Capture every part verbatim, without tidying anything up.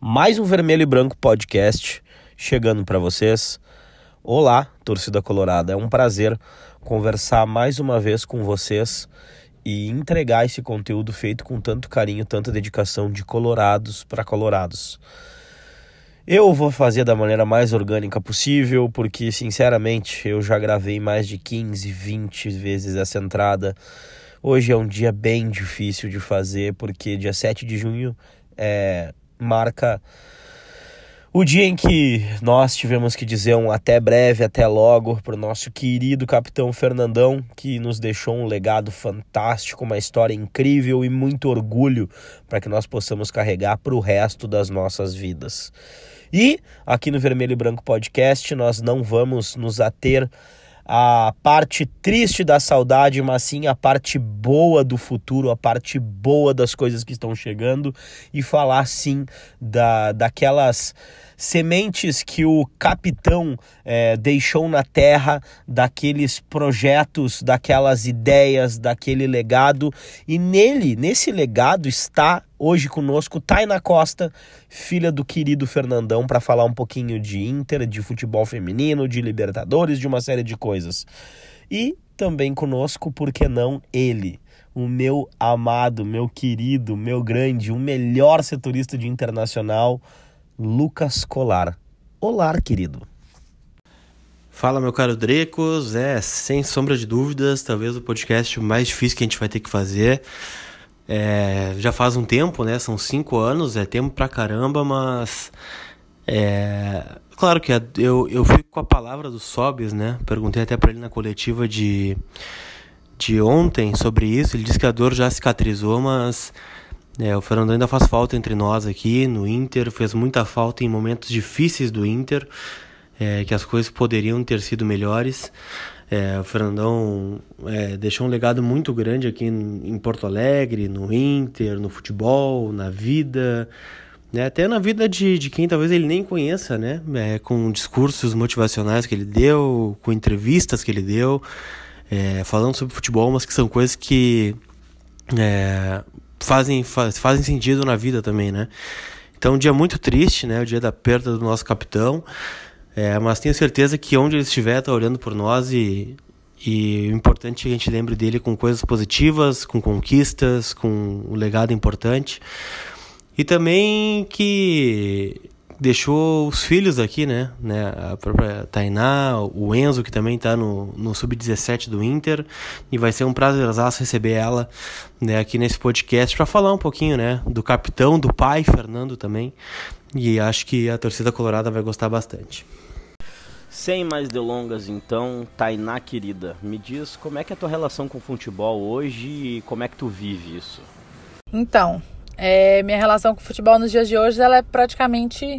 Mais um Vermelho e Branco podcast chegando para vocês. Olá, torcida colorada, é um prazer conversar mais uma vez com vocês e entregar esse conteúdo feito com tanto carinho, tanta dedicação de colorados para colorados. Eu vou fazer da maneira mais orgânica possível, porque sinceramente eu já gravei mais de quinze, vinte vezes essa entrada. Hoje é um dia bem difícil de fazer, porque dia sete de junho é, marca o dia em que nós tivemos que dizer um até breve, até logo, para o nosso querido capitão Fernandão, que nos deixou um legado fantástico, uma história incrível e muito orgulho para que nós possamos carregar para o resto das nossas vidas. E aqui no Vermelho e Branco Podcast nós não vamos nos ater à parte triste da saudade, mas sim a parte boa do futuro, a parte boa das coisas que estão chegando e falar sim da, daquelas sementes que o capitão é, deixou na terra, daqueles projetos, daquelas ideias, daquele legado. E nele, nesse legado está hoje conosco Tainá Costa, filha do querido Fernandão, para falar um pouquinho de Inter, de futebol feminino, de Libertadores, de uma série de coisas. E também conosco, por que não, ele, o meu amado, meu querido, meu grande, o melhor setorista de Internacional, Lucas Colar. Olá, querido. Fala, meu caro Drecos. É, sem sombra de dúvidas, talvez o podcast mais difícil que a gente vai ter que fazer. É, já faz um tempo, né? São cinco anos, é tempo pra caramba, mas... É, claro que eu, eu fui com a palavra do Sobis, né? Perguntei até pra ele na coletiva de, de ontem sobre isso. Ele disse que a dor já cicatrizou, mas... É, o Fernandão ainda faz falta entre nós aqui no Inter, fez muita falta em momentos difíceis do Inter, é, que as coisas poderiam ter sido melhores. É, o Fernandão é, deixou um legado muito grande aqui em, em Porto Alegre, no Inter, no futebol, na vida, né, até na vida de, de quem talvez ele nem conheça, né, é, com discursos motivacionais que ele deu, com entrevistas que ele deu, é, falando sobre futebol, mas que são coisas que... É, Fazem, faz, fazem sentido na vida também, né? Então, um dia muito triste, né? O dia da perda do nosso capitão. É, mas tenho certeza que onde ele estiver, tá olhando por nós e, e o importante é que a gente lembre dele com coisas positivas, com conquistas, com um legado importante. E também que deixou os filhos aqui, né? né? A própria Tainá, o Enzo, que também está no, no sub dezessete do Inter. E vai ser um prazerzaço receber ela, né, aqui nesse podcast para falar um pouquinho, né, do capitão, do pai, Fernando também. E acho que a torcida colorada vai gostar bastante. Sem mais delongas, então, Tainá querida, me diz como é que é a tua relação com o futebol hoje e como é que tu vive isso? Então... É, minha relação com o futebol nos dias de hoje, ela é praticamente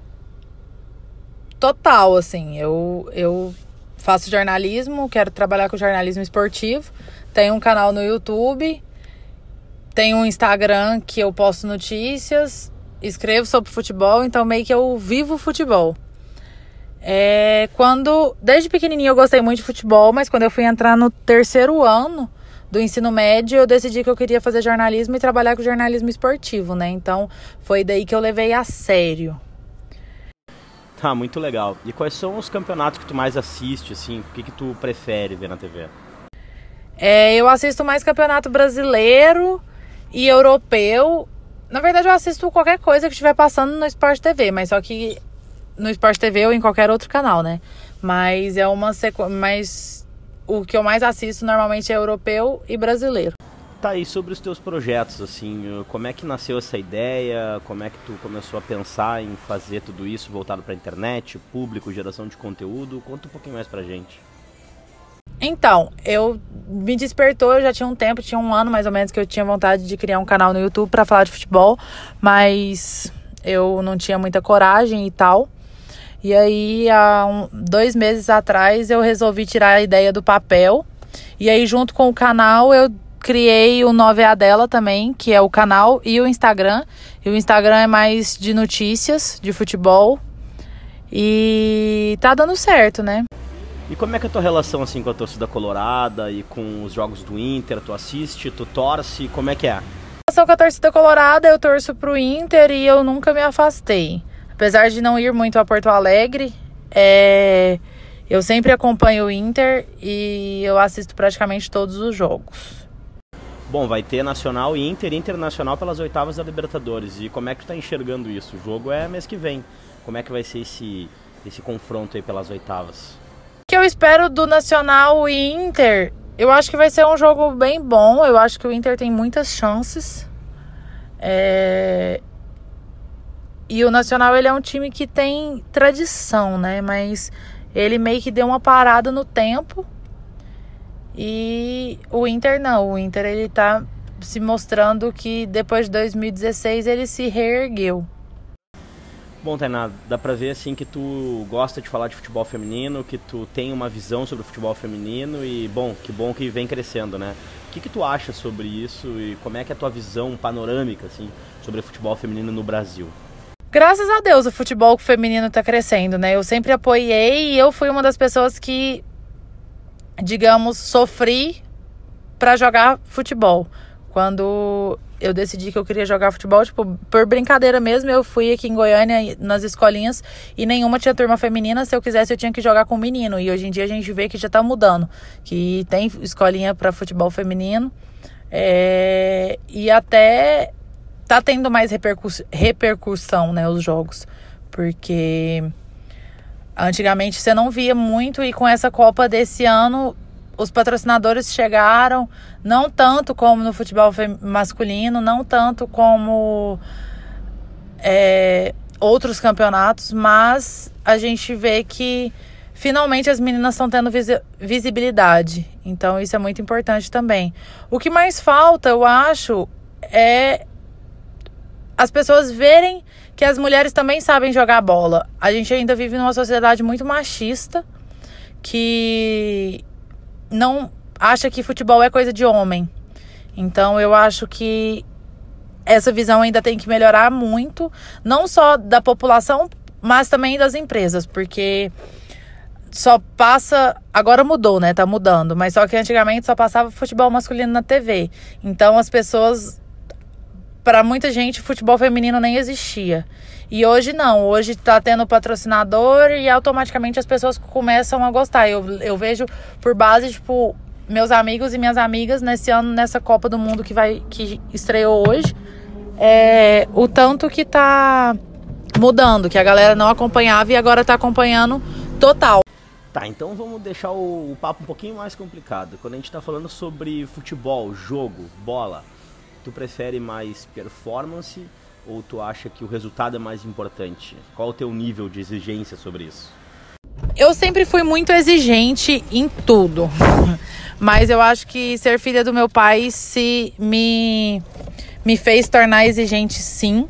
total, assim. Eu, eu faço jornalismo, quero trabalhar com jornalismo esportivo. Tenho um canal no YouTube, tenho um Instagram que eu posto notícias, escrevo sobre futebol, então meio que eu vivo futebol. É, quando, desde pequenininho eu gostei muito de futebol, mas quando eu fui entrar no terceiro ano do ensino médio, eu decidi que eu queria fazer jornalismo e trabalhar com jornalismo esportivo, né? Então, foi daí que eu levei a sério. Tá, muito legal. E quais são os campeonatos que tu mais assiste, assim? O que que tu prefere ver na T V? É, eu assisto mais campeonato brasileiro e europeu. Na verdade, eu assisto qualquer coisa que estiver passando no Sport T V, mas só que no Sport T V ou em qualquer outro canal, né? Mas é uma sequência... Mas... O que eu mais assisto normalmente é europeu e brasileiro. Tá, e sobre os teus projetos, assim, como é que nasceu essa ideia? Como é que tu começou a pensar em fazer tudo isso voltado pra internet, público, geração de conteúdo? Conta um pouquinho mais pra gente. Então, eu me despertou, eu já tinha um tempo, tinha um ano mais ou menos que eu tinha vontade de criar um canal no YouTube pra falar de futebol, mas eu não tinha muita coragem e tal. E aí, há um, dois meses atrás, eu resolvi tirar a ideia do papel. E aí, junto com o canal, eu criei o nove A dela também, que é o canal e o Instagram. E o Instagram é mais de notícias, de futebol. E tá dando certo, né? E como é que é a tua relação, assim, com a torcida colorada e com os jogos do Inter? Tu assiste, tu torce, como é que é? Com a torcida colorada, eu torço pro Inter e eu nunca me afastei. Apesar de não ir muito a Porto Alegre, é... eu sempre acompanho o Inter e eu assisto praticamente todos os jogos. Bom, vai ter Nacional e Inter, Internacional pelas oitavas da Libertadores. E como é que tu tá enxergando isso? O jogo é mês que vem. Como é que vai ser esse, esse confronto aí pelas oitavas? O que eu espero do Nacional e Inter... Eu acho que vai ser um jogo bem bom. Eu acho que o Inter tem muitas chances. É... E o Nacional, ele é um time que tem tradição, né? Mas ele meio que deu uma parada no tempo. E o Inter não. O Inter, ele tá se mostrando que depois de dois mil e dezesseis ele se reergueu. Bom, Tainá, dá pra ver assim que tu gosta de falar de futebol feminino, que tu tem uma visão sobre o futebol feminino e, bom, que bom que vem crescendo, né? O que que tu acha sobre isso e como é que é a tua visão panorâmica, assim, sobre o futebol feminino no Brasil? Graças a Deus o futebol feminino tá crescendo, né? Eu sempre apoiei e eu fui uma das pessoas que, digamos, sofri pra jogar futebol. Quando eu decidi que eu queria jogar futebol, tipo, por brincadeira mesmo, eu fui aqui em Goiânia nas escolinhas e nenhuma tinha turma feminina. Se eu quisesse, eu tinha que jogar com menino. E hoje em dia a gente vê que já tá mudando, que tem escolinha para futebol feminino. É... E até tá tendo mais repercuss... repercussão, né, os jogos. Porque antigamente você não via muito e com essa Copa desse ano... Os patrocinadores chegaram, não tanto como no futebol masculino, não tanto como é, outros campeonatos, mas a gente vê que finalmente as meninas estão tendo visi- visibilidade. Então isso é muito importante também. O que mais falta, eu acho, é as pessoas verem que as mulheres também sabem jogar bola. A gente ainda vive numa sociedade muito machista, que não acha que futebol é coisa de homem. Então eu acho que essa visão ainda tem que melhorar muito, não só da população, mas também das empresas, porque só passa, agora mudou, né? Tá mudando, mas só que antigamente só passava futebol masculino na T V. Então as pessoas, para muita gente, futebol feminino nem existia. E hoje não, hoje tá tendo patrocinador e automaticamente as pessoas começam a gostar. Eu, eu vejo por base, tipo, meus amigos e minhas amigas nesse ano, nessa Copa do Mundo que, vai, que estreou hoje, é, o tanto que tá mudando, que a galera não acompanhava e agora tá acompanhando total. Tá, então vamos deixar o, o papo um pouquinho mais complicado. Quando a gente tá falando sobre futebol, jogo, bola, tu prefere mais performance ou tu acha que o resultado é mais importante? Qual o teu nível de exigência sobre isso? Eu sempre fui muito exigente em tudo, mas eu acho que ser filha do meu pai se me, me fez tornar exigente, sim.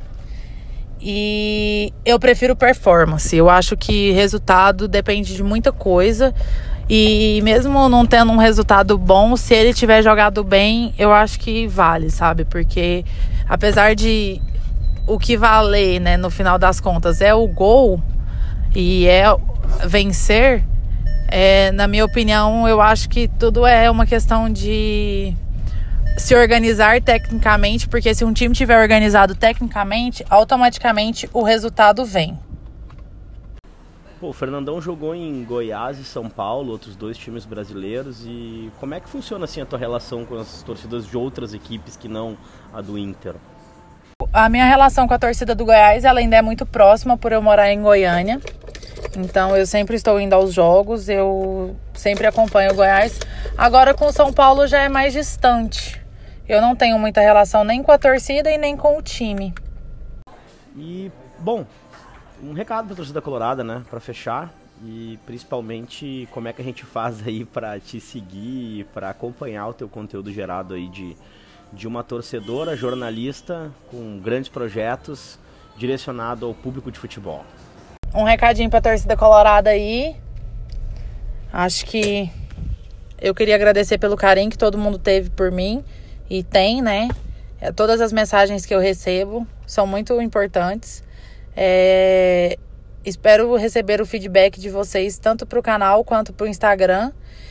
E eu prefiro performance. Eu acho que resultado depende de muita coisa. E mesmo não tendo um resultado bom, se ele tiver jogado bem, eu acho que vale, sabe? Porque apesar de o que valer, né, no final das contas, é o gol e é vencer, é, na minha opinião, eu acho que tudo é uma questão de se organizar tecnicamente, porque se um time tiver organizado tecnicamente, automaticamente o resultado vem. Pô, o Fernandão jogou em Goiás e São Paulo, outros dois times brasileiros, e como é que funciona assim a tua relação com as torcidas de outras equipes que não a do Inter? A minha relação com a torcida do Goiás, ela ainda é muito próxima por eu morar em Goiânia. Então eu sempre estou indo aos jogos, eu sempre acompanho o Goiás. Agora com o São Paulo já é mais distante. Eu não tenho muita relação nem com a torcida e nem com o time. E, bom, um recado para a torcida colorada, né, para fechar, e principalmente como é que a gente faz aí para te seguir, para acompanhar o teu conteúdo gerado aí de, de uma torcedora, jornalista com grandes projetos direcionado ao público de futebol. Um recadinho para a torcida colorada aí. Acho que eu queria agradecer pelo carinho que todo mundo teve por mim e tem, né? Todas as mensagens que eu recebo são muito importantes. É, espero receber o feedback de vocês tanto para o canal quanto para o Instagram.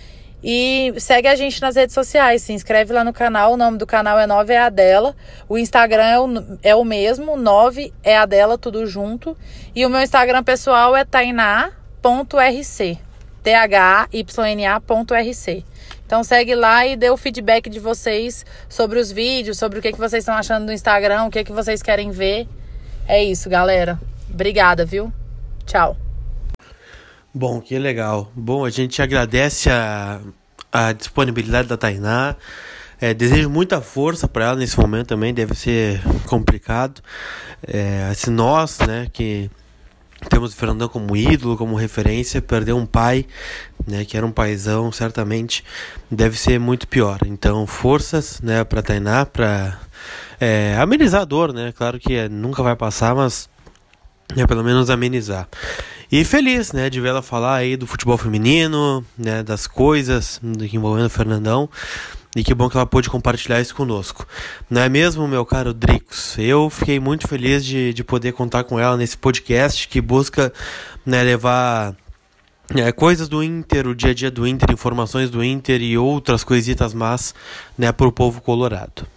E segue a gente nas redes sociais, se inscreve lá no canal, o nome do canal é nove é a dela. O Instagram é o, é o mesmo, nove é a dela, tudo junto. E o meu Instagram pessoal é tainá ponto r c, T H Y N A ponto R C. Então segue lá e dê o feedback de vocês sobre os vídeos, sobre o que, que vocês estão achando do Instagram, o que, que vocês querem ver. É isso, galera. Obrigada, viu? Tchau. Bom, que legal. Bom, a gente agradece a, a disponibilidade da Tainá. É, desejo muita força para ela nesse momento também, deve ser complicado. É, se nós, né, que temos o Fernandão como ídolo, como referência, perder um pai, né, que era um paizão, certamente deve ser muito pior. Então, forças, né, para Tainá, para é, amenizar a dor, né? Claro que é, nunca vai passar, mas é, pelo menos amenizar. E feliz, né, de ver ela falar aí do futebol feminino, né, das coisas envolvendo o Fernandão. E que bom que ela pôde compartilhar isso conosco. Não é mesmo, meu caro Dricos? Eu fiquei muito feliz de, de poder contar com ela nesse podcast que busca, né, levar é, coisas do Inter, o dia a dia do Inter, informações do Inter e outras coisitas más, né, para o povo colorado.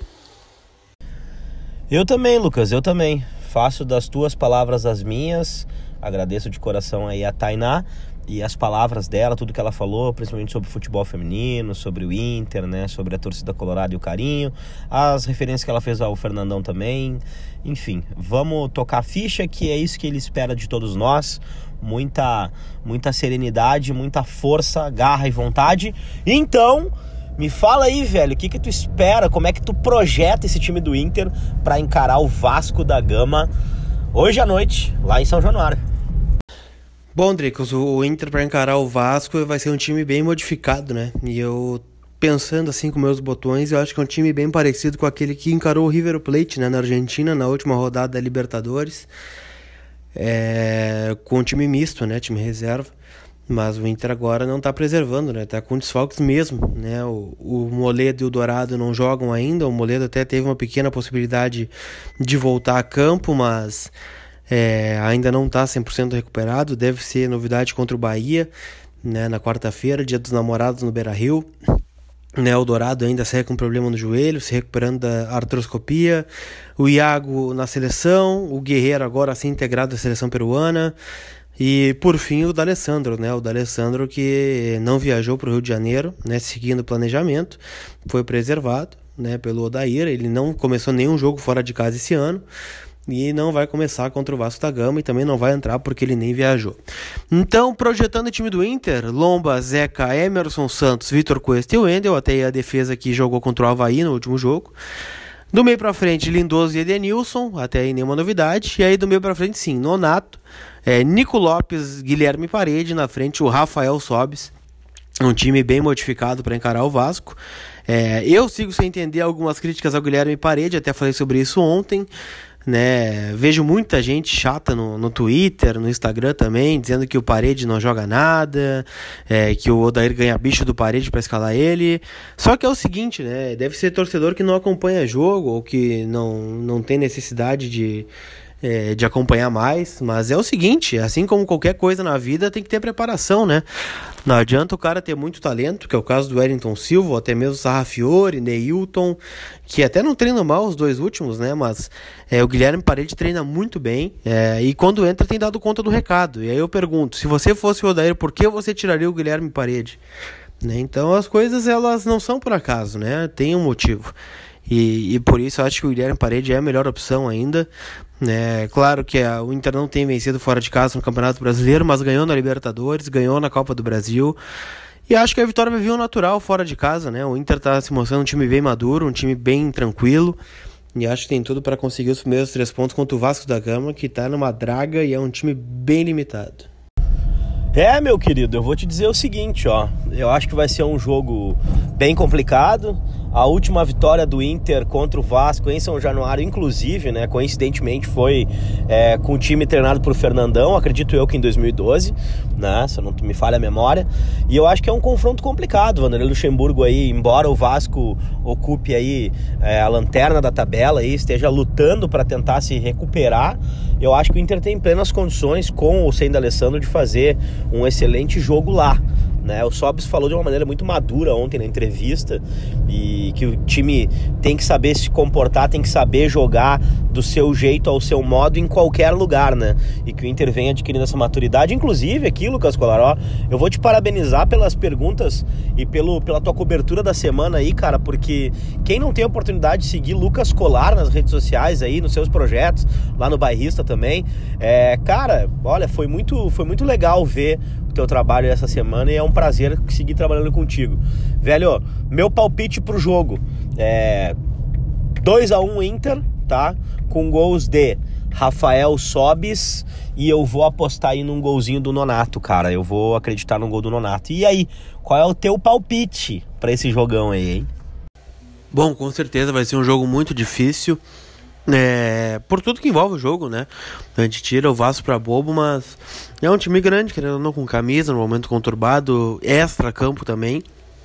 Eu também, Lucas, eu também. Faço das tuas palavras as minhas. Agradeço de coração aí a Tainá e as palavras dela, tudo que ela falou, principalmente sobre futebol feminino, sobre o Inter, né, sobre a torcida colorada e o carinho, as referências que ela fez ao Fernandão também. Enfim, vamos tocar a ficha, que é isso que ele espera de todos nós. Muita, muita serenidade, muita força, garra e vontade. Então, me fala aí, velho, o que que tu espera, como é que tu projeta esse time do Inter para encarar o Vasco da Gama hoje à noite, lá em São Januário? Bom, Dricos, o Inter para encarar o Vasco vai ser um time bem modificado, né? E eu, pensando assim com meus botões, eu acho que é um time bem parecido com aquele que encarou o River Plate, né, na Argentina, na última rodada da Libertadores. É, com um time misto, né, time reserva. Mas o Inter agora não está preservando, né? Tá com desfalques mesmo, né? O, o Moledo e o Dourado não jogam ainda. O Moledo até teve uma pequena possibilidade de voltar a campo, mas é, ainda não está cem por cento recuperado. Deve ser novidade contra o Bahia, né? Na quarta-feira, dia dos namorados no Beira-Rio. Né, o Dourado ainda segue com problema no joelho, se recuperando da artroscopia. O Iago na seleção. O Guerreiro agora assim integrado à seleção peruana. E por fim o D'Alessandro, né? O D'Alessandro que não viajou para o Rio de Janeiro, né? Seguindo o planejamento, foi preservado, né? Pelo Odair. Ele não começou nenhum jogo fora de casa esse ano e não vai começar contra o Vasco da Gama e também não vai entrar porque ele nem viajou. Então, projetando o time do Inter, Lomba, Zeca, Emerson Santos, Vitor Cuesta e o Wendel, até a defesa que jogou contra o Avaí no último jogo. Do meio pra frente, Lindoso e Edenilson, até aí nenhuma novidade. E aí do meio pra frente, sim, Nonato, é, Nico Lopes, Guilherme Parede, na frente o Rafael Sobis. Um time bem modificado para encarar o Vasco. É, eu sigo sem entender algumas críticas ao Guilherme Parede, até falei sobre isso ontem. Né? Vejo muita gente chata no, no Twitter, no Instagram também, dizendo que o Parede não joga nada, é, que o Odair ganha bicho do Parede para escalar ele. Só que é o seguinte, né? Deve ser torcedor que não acompanha jogo ou que não, não tem necessidade de, é, de acompanhar mais. Mas é o seguinte, assim como qualquer coisa na vida, tem que ter preparação, né? Não adianta o cara ter muito talento, que é o caso do Wellington Silva, ou até mesmo Sarrafiore, Neilton, que até não treinam mal os dois últimos, né? Mas é, o Guilherme Parede treina muito bem, é, e quando entra tem dado conta do recado. E aí eu pergunto, se você fosse o Odair, por que você tiraria o Guilherme Parede? Né? Então as coisas elas não são por acaso, né? Tem um motivo. E, e por isso eu acho que o Guilherme Parede é a melhor opção ainda. É claro que a, o Inter não tem vencido fora de casa no Campeonato Brasileiro, mas ganhou na Libertadores, ganhou na Copa do Brasil. E acho que a vitória vai vir um natural fora de casa, né? O Inter está se mostrando um time bem maduro, um time bem tranquilo. E acho que tem tudo para conseguir os primeiros três pontos contra o Vasco da Gama, que está numa draga e é um time bem limitado. É, meu querido, eu vou te dizer o seguinte, ó. Eu acho que vai ser um jogo bem complicado. A última vitória do Inter contra o Vasco em São Januário, inclusive, né, coincidentemente foi é, com o time treinado por Fernandão, acredito eu que em dois mil e doze, né, se não me falha a memória. E eu acho que é um confronto complicado, Vanderlei Luxemburgo aí, embora o Vasco ocupe aí é, a lanterna da tabela aí, esteja lutando para tentar se recuperar, eu acho que o Inter tem plenas condições, com ou sem D'Alessandro, de fazer um excelente jogo lá. né? O Sobis falou de uma maneira muito madura ontem na entrevista, e que o time tem que saber se comportar, tem que saber jogar do seu jeito, ao seu modo, em qualquer lugar, né? E que o Inter vem adquirindo essa maturidade. Inclusive aqui, Lucas Colar, ó, eu vou te parabenizar pelas perguntas e pelo, pela tua cobertura da semana aí, cara, porque quem não tem a oportunidade de seguir Lucas Colar nas redes sociais aí, nos seus projetos, lá no Bairrista também, é, cara, olha, foi muito, foi muito legal ver o teu trabalho essa semana, e é um prazer seguir trabalhando contigo. Velho, meu palpite pro jogo é dois a um Inter, tá? Com gols de Rafael Sobis, e eu vou apostar aí num golzinho do Nonato, cara. Eu vou acreditar no gol do Nonato. E aí, qual é o teu palpite pra esse jogão aí, hein? Bom, com certeza vai ser um jogo muito difícil, é, por tudo que envolve o jogo, né? A gente tira o Vasco pra bobo, mas é um time grande, querendo ou não, com camisa, no momento conturbado, extra-campo também.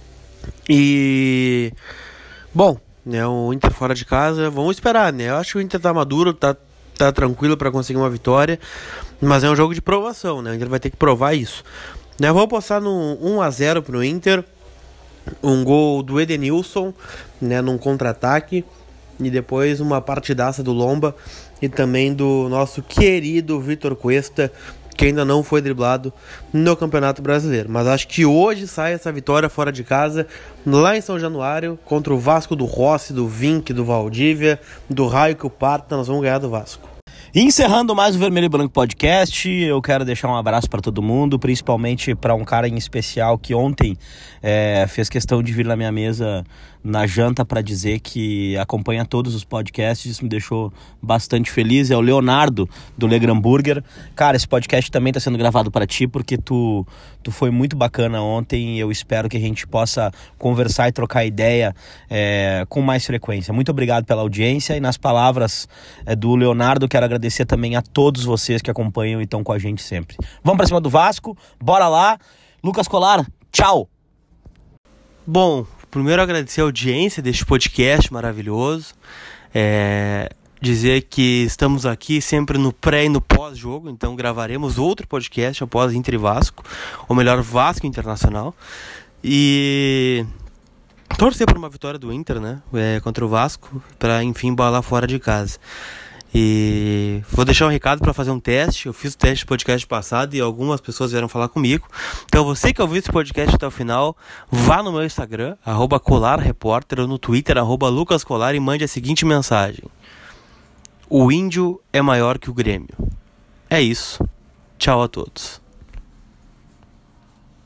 E... bom, né, o Inter fora de casa, vamos esperar, né? Eu acho que o Inter tá maduro, tá, tá tranquilo pra conseguir uma vitória, mas é um jogo de provação, né? O Inter vai ter que provar isso. Né, vou apostar no um a zero pro Inter, um gol do Edenilson, né, num contra-ataque, e depois uma partidaça do Lomba e também do nosso querido Vitor Cuesta, que ainda não foi driblado no Campeonato Brasileiro. Mas acho que hoje sai essa vitória fora de casa, lá em São Januário, contra o Vasco do Rossi, do Vink, do Valdívia, do Raio que o Parta. Nós vamos ganhar do Vasco. E encerrando mais o Vermelho e Branco Podcast, eu quero deixar um abraço para todo mundo, principalmente para um cara em especial que ontem é, fez questão de vir na minha mesa na janta para dizer que acompanha todos os podcasts. Isso me deixou bastante feliz. É o Leonardo, do Legram Burger. Cara, esse podcast também está sendo gravado para ti, porque tu, tu foi muito bacana ontem, e eu espero que a gente possa conversar e trocar ideia é, com mais frequência. Muito obrigado pela audiência, e nas palavras é, do Leonardo, quero agradecer também a todos vocês que acompanham e estão com a gente sempre. Vamos para cima do Vasco, bora lá. Lucas Colar, tchau! Bom, primeiro agradecer a audiência deste podcast maravilhoso, é, dizer que estamos aqui sempre no pré e no pós-jogo, então gravaremos outro podcast após Inter e Vasco, ou melhor, Vasco Internacional, e torcer por uma vitória do Inter, né, é, contra o Vasco, para enfim embalar fora de casa. E vou deixar um recado para fazer um teste. Eu fiz o teste do podcast passado e algumas pessoas vieram falar comigo. Então você que ouviu esse podcast até o final, vá no meu Instagram, arroba colarrepórter, ou no Twitter, arroba lucascolar, e mande a seguinte mensagem: o Índio é maior que o Grêmio. É isso. Tchau a todos.